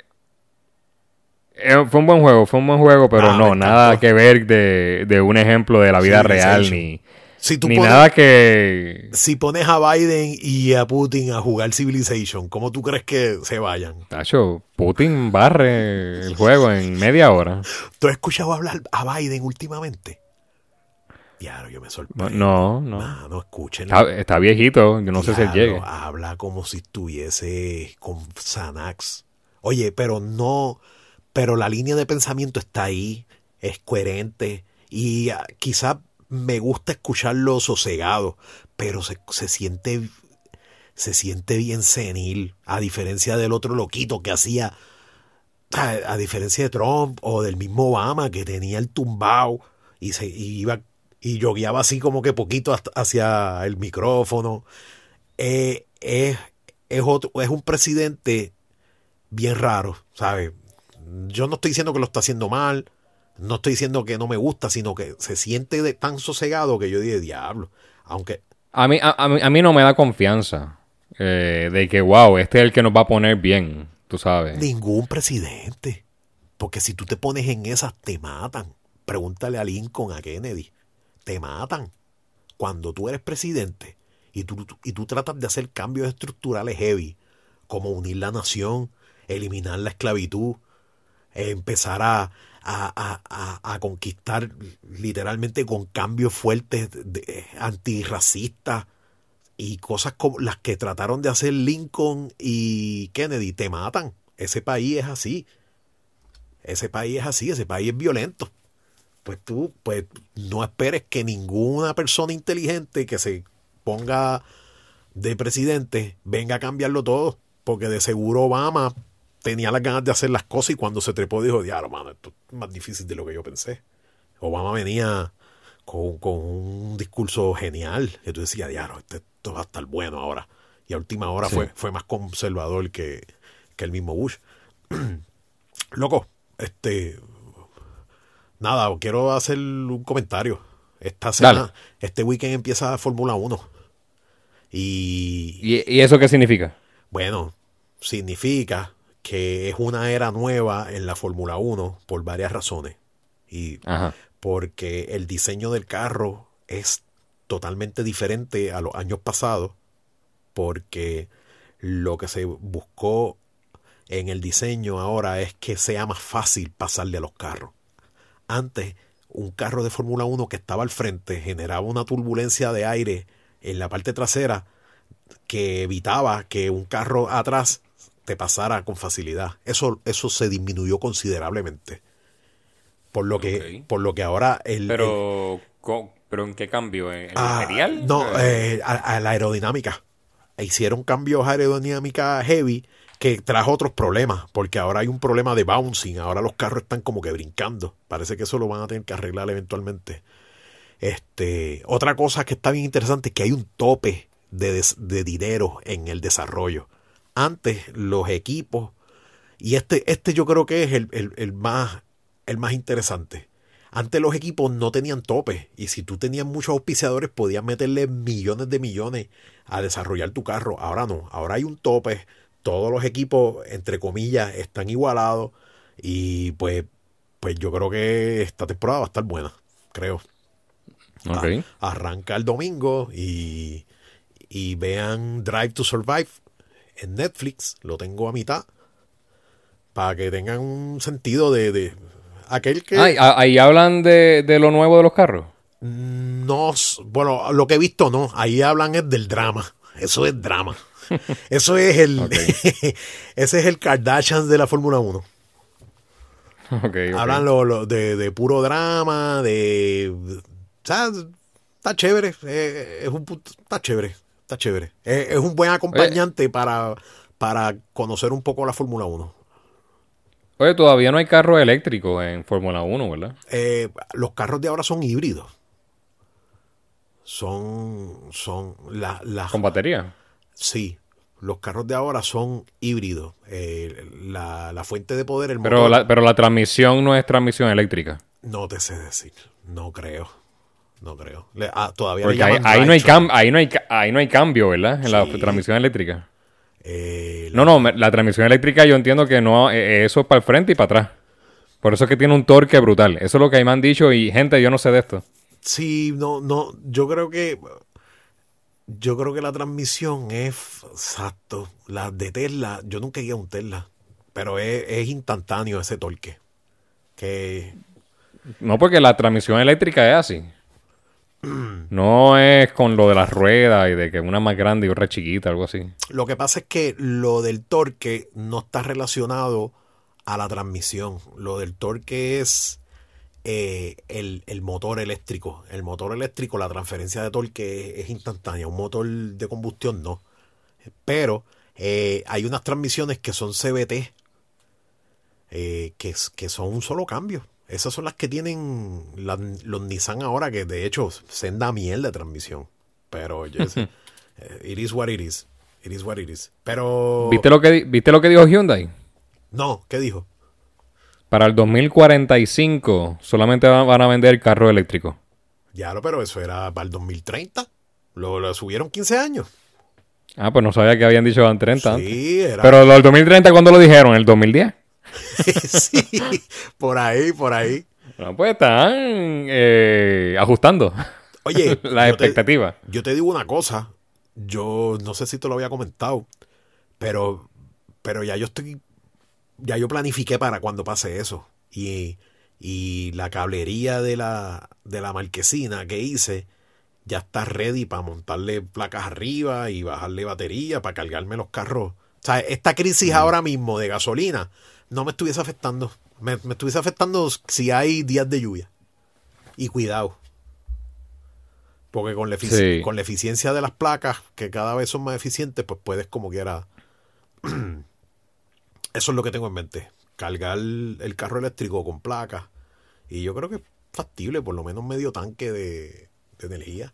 fue un buen juego, pero no, nada que ver de un ejemplo de la vida real, ni nada que... Si pones a Biden y a Putin a jugar Civilization, ¿cómo tú crees que se vayan? Tacho, Putin barre el juego en media hora. ¿Tú has escuchado hablar a Biden últimamente? Diablo, yo me sorprendo. No. No escuchen. Está viejito, yo no sé si él llegue. Habla como si estuviese con Xanax. Oye, pero la línea de pensamiento está ahí, es coherente y quizá me gusta escucharlo sosegado, pero se siente bien senil, a diferencia del otro loquito que hacía, a diferencia de Trump o del mismo Obama que tenía el tumbao y iba y yogueaba así como que poquito hacia el micrófono. Es un presidente bien raro, ¿sabes? Yo no estoy diciendo que lo está haciendo mal, no estoy diciendo que no me gusta, sino que se siente tan sosegado que yo dije, diablo, aunque... A mí no me da confianza de que, wow, este es el que nos va a poner bien, tú sabes. Ningún presidente, porque si tú te pones en esas, te matan. Pregúntale a Lincoln, a Kennedy, te matan. Cuando tú eres presidente y tú tratas de hacer cambios estructurales heavy, como unir la nación, eliminar la esclavitud, empezar a conquistar literalmente con cambios fuertes antirracistas y cosas como las que trataron de hacer Lincoln y Kennedy, te matan. Ese país es así. Ese país es violento. Pues tú no esperes que ninguna persona inteligente que se ponga de presidente venga a cambiarlo todo, porque de seguro Obama tenía las ganas de hacer las cosas y cuando se trepó dijo, diablo, mano, esto es más difícil de lo que yo pensé. Obama venía con un discurso genial y tú decías, diablo, esto va a estar bueno ahora. Y a última hora Sí. fue más conservador que el mismo Bush. Loco, nada, quiero hacer un comentario. Esta semana, este weekend empieza Fórmula 1. ¿Y eso qué significa? Bueno, significa que es una era nueva en la Fórmula 1 por varias razones. Y porque el diseño del carro es totalmente diferente a los años pasados, porque lo que se buscó en el diseño ahora es que sea más fácil pasarle a los carros. Antes, un carro de Fórmula 1 que estaba al frente generaba una turbulencia de aire en la parte trasera que evitaba que un carro atrás te pasara con facilidad. Eso se disminuyó considerablemente. Por lo que ahora Pero ¿en qué cambio? ¿En el material? No, a la aerodinámica. Hicieron cambios aerodinámica heavy que trajo otros problemas, porque ahora hay un problema de bouncing, ahora los carros están como que brincando. Parece que eso lo van a tener que arreglar eventualmente. Otra cosa que está bien interesante es que hay un tope de dinero en el desarrollo. Antes los equipos, y yo creo que es el más interesante. Antes los equipos no tenían tope, y si tú tenías muchos auspiciadores podías meterle millones de millones a desarrollar tu carro. Ahora no, ahora hay un tope. Todos los equipos, entre comillas, están igualados. Y pues yo creo que esta temporada va a estar buena, creo. Okay. Arranca el domingo y vean Drive to Survive en Netflix. Lo tengo a mitad. Para que tengan un sentido de Aquel que... Ahí hablan de lo nuevo de los carros. No, bueno, lo que he visto no. Ahí hablan es del drama. Eso es drama. Eso es el... Okay. Ese es el Kardashian de la Fórmula 1. Okay. Hablan de puro drama, o sea, está chévere. Está chévere. Está chévere. Es un buen acompañante para conocer un poco la Fórmula 1. Oye, todavía no hay carros eléctricos en Fórmula 1, ¿verdad? Los carros de ahora son híbridos. Son ¿Con batería? Sí. Los carros de ahora son híbridos. La fuente de poder, el motor... Pero la transmisión no es transmisión eléctrica. No te sé decir. No creo. Todavía porque ahí no hay cambio, ¿verdad? En la transmisión eléctrica. La transmisión eléctrica yo entiendo que no, eso es para el frente y para atrás. Por eso es que tiene un torque brutal. Eso es lo que me han dicho y gente, yo no sé de esto. Sí, no, yo creo que la transmisión es exacto. La de Tesla, yo nunca he ido a un Tesla, pero es instantáneo ese torque. No, porque la transmisión eléctrica es así. No es con lo de las ruedas y de que una más grande y otra chiquita, algo así. Lo que pasa es que lo del torque no está relacionado a la transmisión. Lo del torque es el motor eléctrico. El motor eléctrico, la transferencia de torque es instantánea. Un motor de combustión no. Pero hay unas transmisiones que son CVT, que son un solo cambio. Esas son las que tienen los Nissan ahora, que de hecho senda miel de transmisión. Pero it is what it is. It is what it is. Pero... ¿Viste lo que dijo Hyundai? No, ¿qué dijo? Para el 2045 solamente van a vender carro eléctrico. Pero eso era para el 2030. Lo subieron 15 años. Ah, pues no sabía que habían dicho 30 sí, antes. Pero lo del 2030, ¿cuándo lo dijeron? ¿En el 2010? Sí, por ahí. No, pues están ajustando. Oye, la expectativa. Yo te digo una cosa. Yo no sé si te lo había comentado, pero ya yo planifiqué para cuando pase eso. Y la cablería de la marquesina que hice ya está ready para montarle placas arriba y bajarle batería para cargarme los carros. O sea, esta crisis ahora mismo de gasolina no me estuviese afectando. Me estuviese afectando si hay días de lluvia. Y cuidado. Porque con la eficiencia de las placas, que cada vez son más eficientes, pues puedes como quiera... Eso es lo que tengo en mente. Cargar el carro eléctrico con placas. Y yo creo que es factible, por lo menos medio tanque de energía.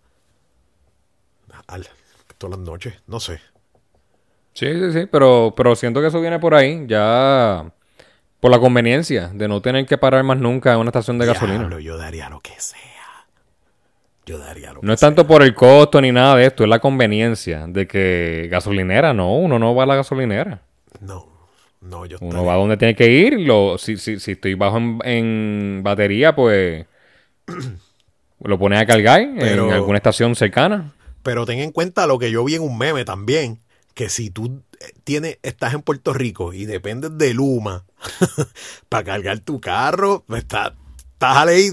Todas las noches, no sé. Sí, pero siento que eso viene por ahí. Ya... Por la conveniencia de no tener que parar más nunca en una estación de gasolina. Yo daría lo que sea. No es tanto por el costo ni nada de esto, es la conveniencia de que gasolinera, uno no va a la gasolinera. No, uno va donde tiene que ir. Si estoy bajo en batería, pues lo pones a cargar en alguna estación cercana. Pero ten en cuenta lo que yo vi en un meme también, que si tú estás en Puerto Rico y dependes de Luma para cargar tu carro, estás a ley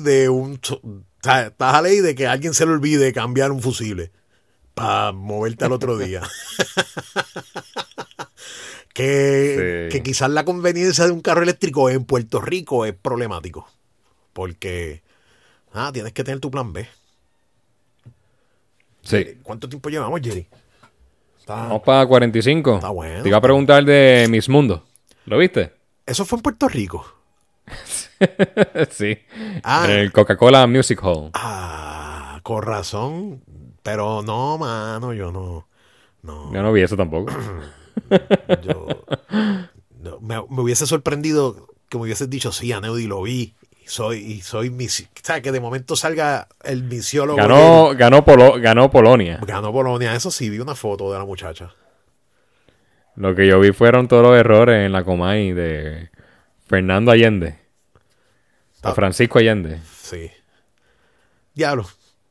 de que a alguien se le olvide cambiar un fusible para moverte al otro día. que quizás la conveniencia de un carro eléctrico en Puerto Rico es problemático. Porque tienes que tener tu plan B. Sí. ¿Cuánto tiempo llevamos, Jerry? Vamos para 45. Está bueno. Te iba a preguntar de Miss Mundo. ¿Lo viste? ¿Eso fue en Puerto Rico? Sí. En el Coca-Cola Music Hall. Con razón. Pero no, mano, yo no. Yo no vi eso tampoco. Me hubiese sorprendido que me hubieses dicho, sí, Aneudi, lo vi. Soy ¿sabes? Que de momento salga el misiólogo. Ganó Polonia. Ganó Polonia, eso sí, vi una foto de la muchacha. Lo que yo vi fueron todos los errores en la Comay de Fernando Allende. O Francisco Allende. Sí. Diablo.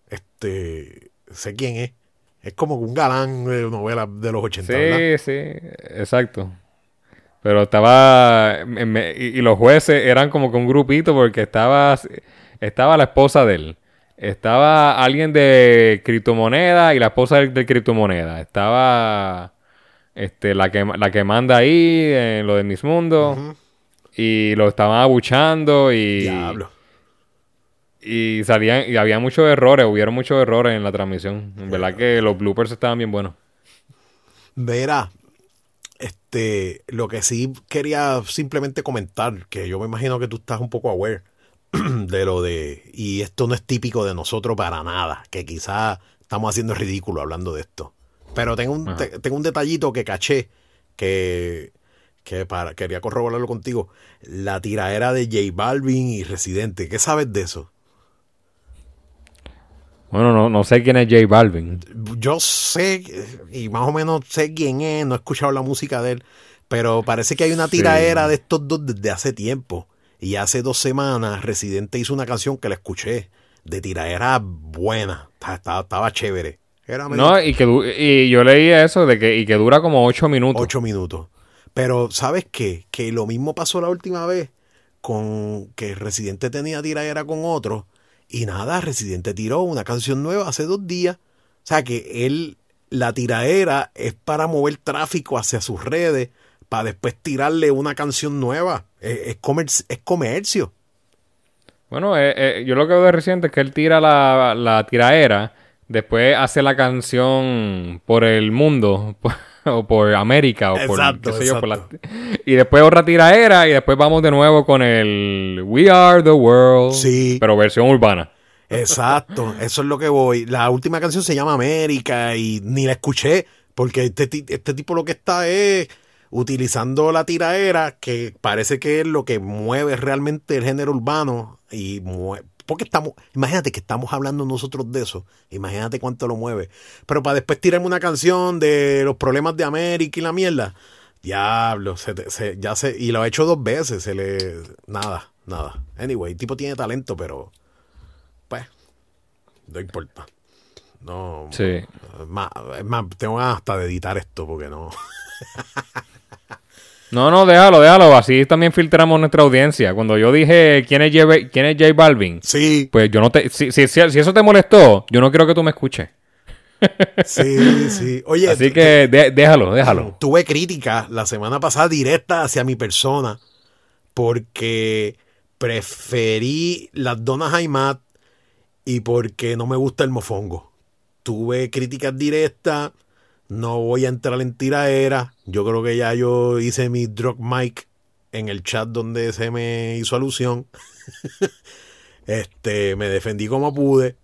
Sé quién es. Es como un galán de novela de los 80, sí, ¿verdad? Sí, exacto. Pero estaba... y los jueces eran como que un grupito porque estaba la esposa de él. Estaba alguien de criptomoneda y la esposa de criptomoneda. Estaba la que manda ahí en lo de Miss Mundo. Ujú. Y lo estaban abuchando Diablo. y salían... Y había muchos errores. Hubieron muchos errores en la transmisión. En verdad que los bloopers estaban bien buenos. Verá, lo que sí quería simplemente comentar, que yo me imagino que tú estás un poco aware de lo de, y esto no es típico de nosotros para nada, que quizás estamos haciendo el ridículo hablando de esto. Pero tengo un detallito que caché, quería corroborarlo contigo. La tiraera de J Balvin y Residente, ¿qué sabes de eso? Bueno, no sé quién es J Balvin. Yo sé, y más o menos sé quién es, no he escuchado la música de él, pero parece que hay una tiraera de estos dos desde hace tiempo. Y hace 2 semanas Residente hizo una canción que la escuché, de tiraera buena, estaba chévere. Era medio... No, y yo leí eso de que dura como 8 minutos. 8 minutos. Pero, ¿sabes qué? Que lo mismo pasó la última vez con que Residente tenía tiraera con otro. Y nada, Residente tiró una canción nueva hace 2 días. O sea que la tiraera es para mover tráfico hacia sus redes, para después tirarle una canción nueva. Es comercio. Bueno, yo lo que veo de Residente es que él tira la tiraera, después hace la canción por el mundo, o por América, o Exacto, por, qué sé yo, y después otra tiraera, y después vamos de nuevo con el We Are the World, sí, pero versión urbana. Exacto, eso es lo que voy. La última canción se llama América y ni la escuché, porque este tipo lo que está es utilizando la tiraera, que parece que es lo que mueve realmente el género urbano, porque imagínate que estamos hablando nosotros de eso, imagínate cuánto lo mueve, pero para después tirarme una canción de los problemas de América y la mierda, diablo, y lo ha hecho 2 veces, nada, anyway, el tipo tiene talento, pero pues, no importa. No, sí. Es más, tengo ganas hasta de editar esto porque no. No, déjalo. Así también filtramos nuestra audiencia. Cuando yo dije quién es J Balvin, Sí. pues yo no te... Si eso te molestó, yo no quiero que tú me escuches. Sí. Oye, así que déjalo. Tuve críticas la semana pasada directa hacia mi persona porque preferí las donas Aymat y porque no me gusta el mofongo. Tuve críticas directas. No voy a entrar en tiraera. Yo creo que ya yo hice mi drop mic en el chat donde se me hizo alusión. Me defendí como pude.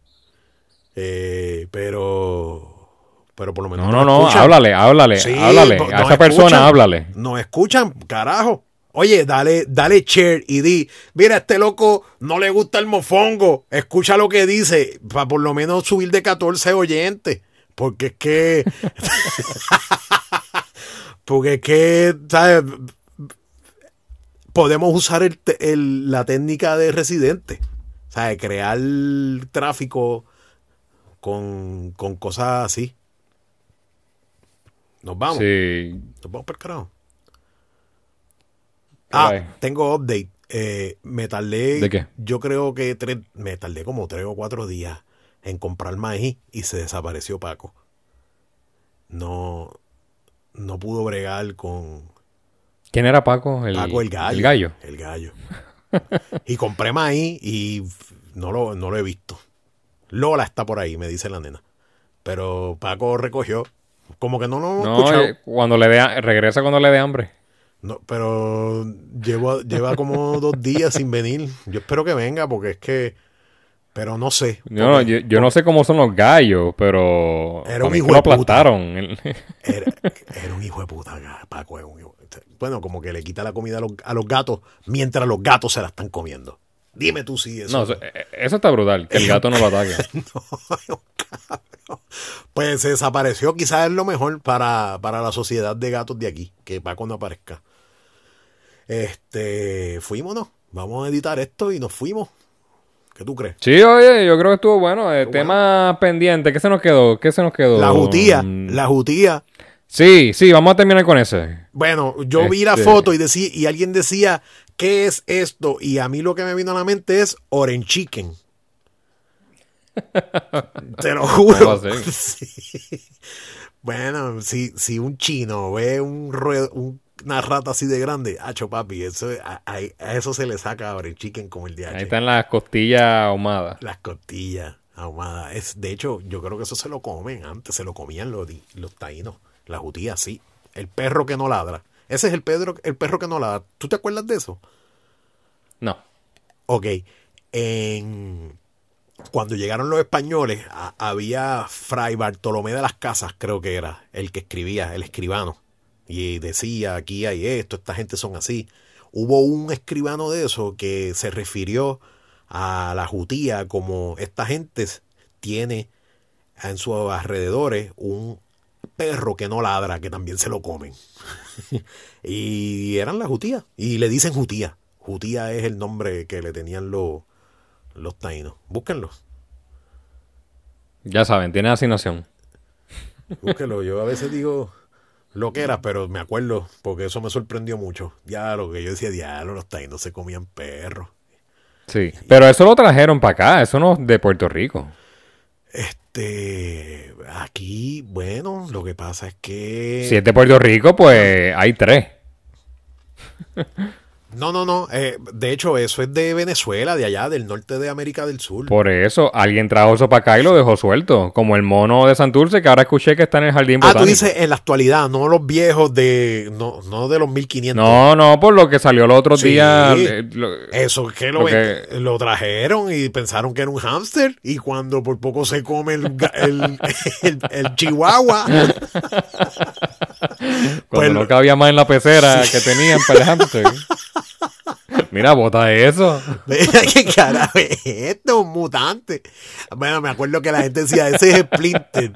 Pero por lo menos no, háblale. Sí, háblale. A esa persona háblale. No escuchan, carajo. Oye, dale share y di, mira, a este loco no le gusta el mofongo. Escucha lo que dice, para por lo menos subir de 14 oyentes. Porque es que... ¿sabes? Podemos usar la técnica de Residente. ¿Sabes? Crear tráfico con cosas así. Nos vamos. Sí. Nos vamos por el carajo. Caray. Tengo update. Me tardé... ¿De qué? Yo creo que me tardé como 3 o 4 días en comprar maíz y se desapareció Paco. No pudo bregar con... ¿Quién era Paco? Paco el gallo. El gallo. Y compré maíz y no lo he visto. Lola está por ahí, me dice la nena. Pero Paco recogió. Como que no lo hemos escuchado. Regresa cuando le dé hambre. No, pero lleva como 2 días sin venir. Yo espero que venga porque es que... Pero no sé. Yo no sé cómo son los gallos, pero... Era un hijo de puta. Era un hijo de puta, Paco. Bueno, como que le quita la comida a los gatos mientras los gatos se la están comiendo. Dime tú si eso... No, eso está brutal, que el gato no lo ataque. No. Pues se desapareció. Quizás es lo mejor para la sociedad de gatos de aquí, que Paco no aparezca. Fuímonos. Vamos a editar esto y nos fuimos. ¿Qué tú crees? Sí, oye, yo creo que estuvo bueno. Tema pendiente. ¿Qué se nos quedó? La jutía. Sí, vamos a terminar con ese. Bueno, yo vi la foto y alguien decía, ¿qué es esto? Y a mí lo que me vino a la mente es Orange Chicken. Te lo juro. Sí. Bueno, si un chino ve una rata así de grande, hacho papi, a eso se le saca Orange Chicken como el DH. Ahí están las costillas ahumadas. Las costillas ahumadas. De hecho, yo creo que eso se lo comen antes, se lo comían los taínos, las jutías, sí. El perro que no ladra. Ese es el perro que no ladra. ¿Tú te acuerdas de eso? No. Ok. Cuando llegaron los españoles, había Fray Bartolomé de las Casas, creo que era, el que escribía, el escribano. Y decía, aquí hay esto, esta gente son así. Hubo un escribano de eso que se refirió a la jutía como esta gente tiene en sus alrededores un perro que no ladra, que también se lo comen. Y eran las jutías. Y le dicen jutía. Jutía es el nombre que le tenían los taínos. Búsquenlo. Ya saben, tiene asignación. Búsquenlo. Yo a veces digo lo que era, pero me acuerdo porque eso me sorprendió mucho. Ya lo que yo decía, diablo, los taínos se comían perros. Sí, pero eso lo trajeron para acá, eso no es de Puerto Rico. Aquí, bueno, lo que pasa es que... Si es de Puerto Rico, pues hay 3. No. De hecho, eso es de Venezuela, de allá, del norte de América del Sur. Por eso, alguien trajo eso para acá y lo dejó suelto. Como el mono de Santurce, que ahora escuché que está en el jardín botánico. Tú dices en la actualidad, no los viejos de... No de los 1500. No, por lo que salió el otro día. Eso es que lo trajeron y pensaron que era un hámster. Y cuando por poco se come el chihuahua... Cuando no cabía más en la pecera que tenían para el hámster. Mira, bota eso. ¿Qué carajo es esto? Un mutante. Bueno, me acuerdo que la gente decía, ese es Splinter.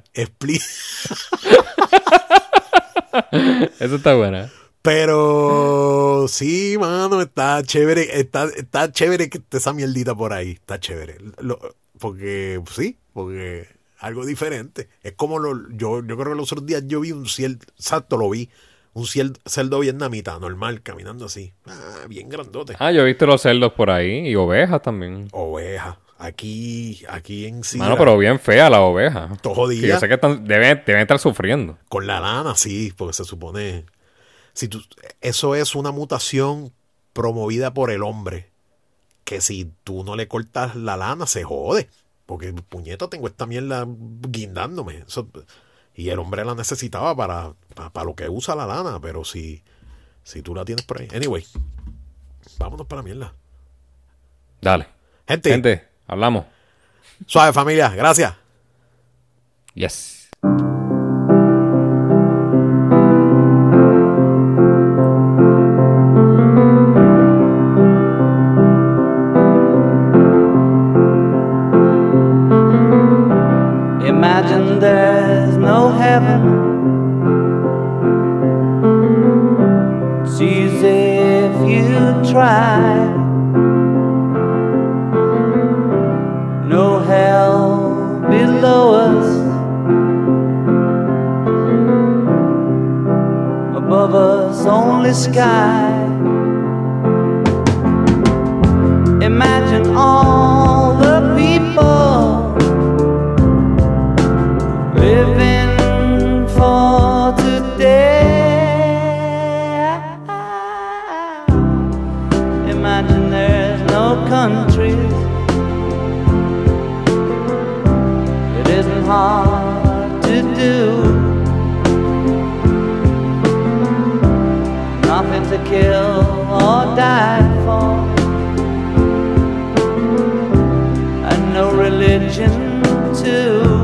Eso está buena. Pero sí, mano, está chévere. Está chévere que esté esa mierdita por ahí. Está chévere. Porque algo diferente. Es como yo creo que los otros días yo vi un cerdo, exacto, lo vi. Un cerdo vietnamita, normal, caminando así. Bien grandote. Yo he visto los cerdos por ahí y ovejas también. Ovejas. Aquí en sí. Mano, pero bien fea la oveja. Todo jodida. Yo sé que deben estar sufriendo. Con la lana, sí, porque se supone... eso es una mutación promovida por el hombre. Que si tú no le cortas la lana, se jode. Porque, puñeta, tengo esta mierda guindándome. Y el hombre la necesitaba para lo que usa la lana. Pero si tú la tienes por ahí. Anyway, vámonos para la mierda. Dale. Gente, hablamos. Suave, familia. Gracias. Yes. Imagine there's no heaven. It's easy if you try. No hell below us. Above us only sky. Imagine all the people living for today. Imagine there's no countries. It isn't hard to do. Nothing to kill or die for. And no religion too.